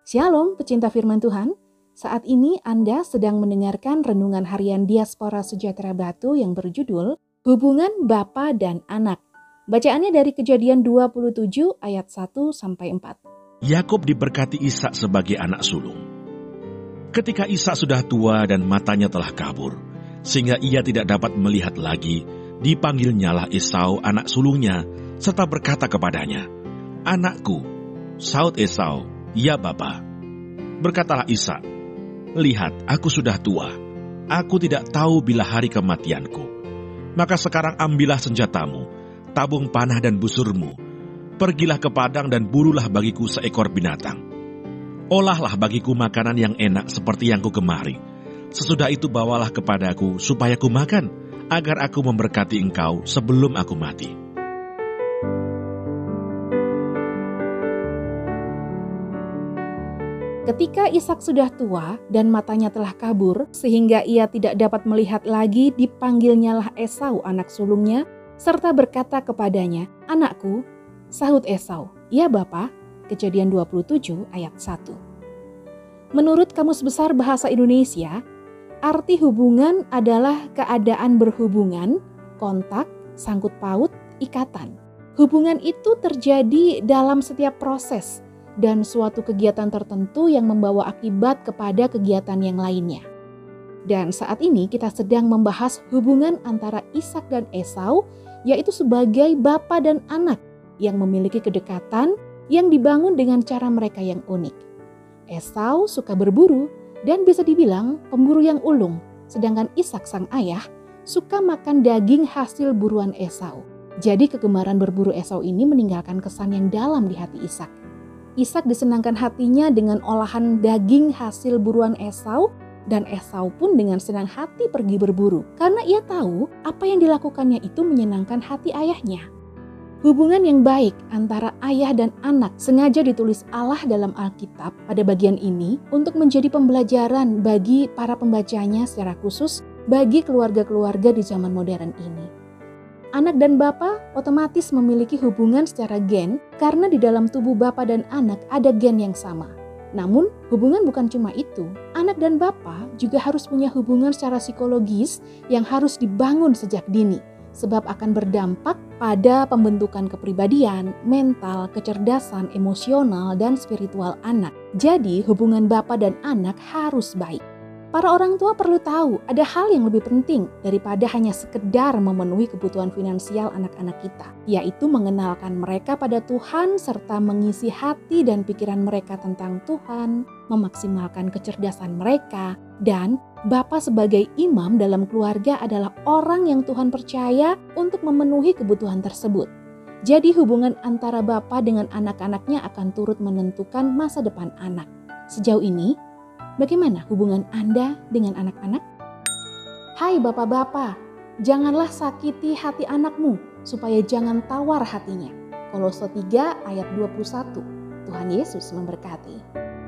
Shalom pecinta firman Tuhan, saat ini Anda sedang mendengarkan renungan harian Diaspora Sejahtera Batu yang berjudul Hubungan Bapa dan Anak. Bacaannya dari Kejadian 27 ayat 1-4. Yakub diberkati Ishak sebagai anak sulung. Ketika Ishak sudah tua dan matanya telah kabur, sehingga ia tidak dapat melihat lagi, dipanggilnyalah Esau anak sulungnya, serta berkata kepadanya, "Anakku." Saud Esau, "Ya Bapa." Berkatalah Ishak, "Lihat, aku sudah tua. Aku tidak tahu bila hari kematianku. Maka sekarang ambillah senjatamu, tabung panah dan busurmu. Pergilah ke padang dan burulah bagiku seekor binatang. Olahlah bagiku makanan yang enak seperti yang ku gemari. Sesudah itu bawalah kepadaku supaya ku makan, agar aku memberkati engkau sebelum aku mati." Ketika Ishak sudah tua dan matanya telah kabur, sehingga ia tidak dapat melihat lagi, dipanggilnyalah Esau anak sulungnya, serta berkata kepadanya, "Anakku." Sahut Esau, "Ya Bapa." Kejadian 27 ayat 1. Menurut Kamus Besar Bahasa Indonesia, arti hubungan adalah keadaan berhubungan, kontak, sangkut paut, ikatan. Hubungan itu terjadi dalam setiap proses dan suatu kegiatan tertentu yang membawa akibat kepada kegiatan yang lainnya. Dan saat ini kita sedang membahas hubungan antara Ishak dan Esau, yaitu sebagai bapa dan anak yang memiliki kedekatan yang dibangun dengan cara mereka yang unik. Esau suka berburu dan bisa dibilang pemburu yang ulung, sedangkan Ishak sang ayah suka makan daging hasil buruan Esau. Jadi kegemaran berburu Esau ini meninggalkan kesan yang dalam di hati Ishak. Ishak disenangkan hatinya dengan olahan daging hasil buruan Esau, dan Esau pun dengan senang hati pergi berburu karena ia tahu apa yang dilakukannya itu menyenangkan hati ayahnya. Hubungan yang baik antara ayah dan anak sengaja ditulis Allah dalam Alkitab pada bagian ini untuk menjadi pembelajaran bagi para pembacanya, secara khusus bagi keluarga-keluarga di zaman modern ini. Anak dan bapa otomatis memiliki hubungan secara gen karena di dalam tubuh bapa dan anak ada gen yang sama. Namun hubungan bukan cuma itu, anak dan bapa juga harus punya hubungan secara psikologis yang harus dibangun sejak dini, sebab akan berdampak pada pembentukan kepribadian, mental, kecerdasan, emosional, dan spiritual anak. Jadi hubungan bapa dan anak harus baik. Para orang tua perlu tahu ada hal yang lebih penting daripada hanya sekedar memenuhi kebutuhan finansial anak-anak kita, yaitu mengenalkan mereka pada Tuhan serta mengisi hati dan pikiran mereka tentang Tuhan, memaksimalkan kecerdasan mereka, dan Bapa sebagai imam dalam keluarga adalah orang yang Tuhan percaya untuk memenuhi kebutuhan tersebut. Jadi hubungan antara Bapa dengan anak-anaknya akan turut menentukan masa depan anak. Sejauh ini, bagaimana hubungan Anda dengan anak-anak? Hai bapak-bapak, janganlah sakiti hati anakmu supaya jangan tawar hatinya. Kolose 3 ayat 21. Tuhan Yesus memberkati.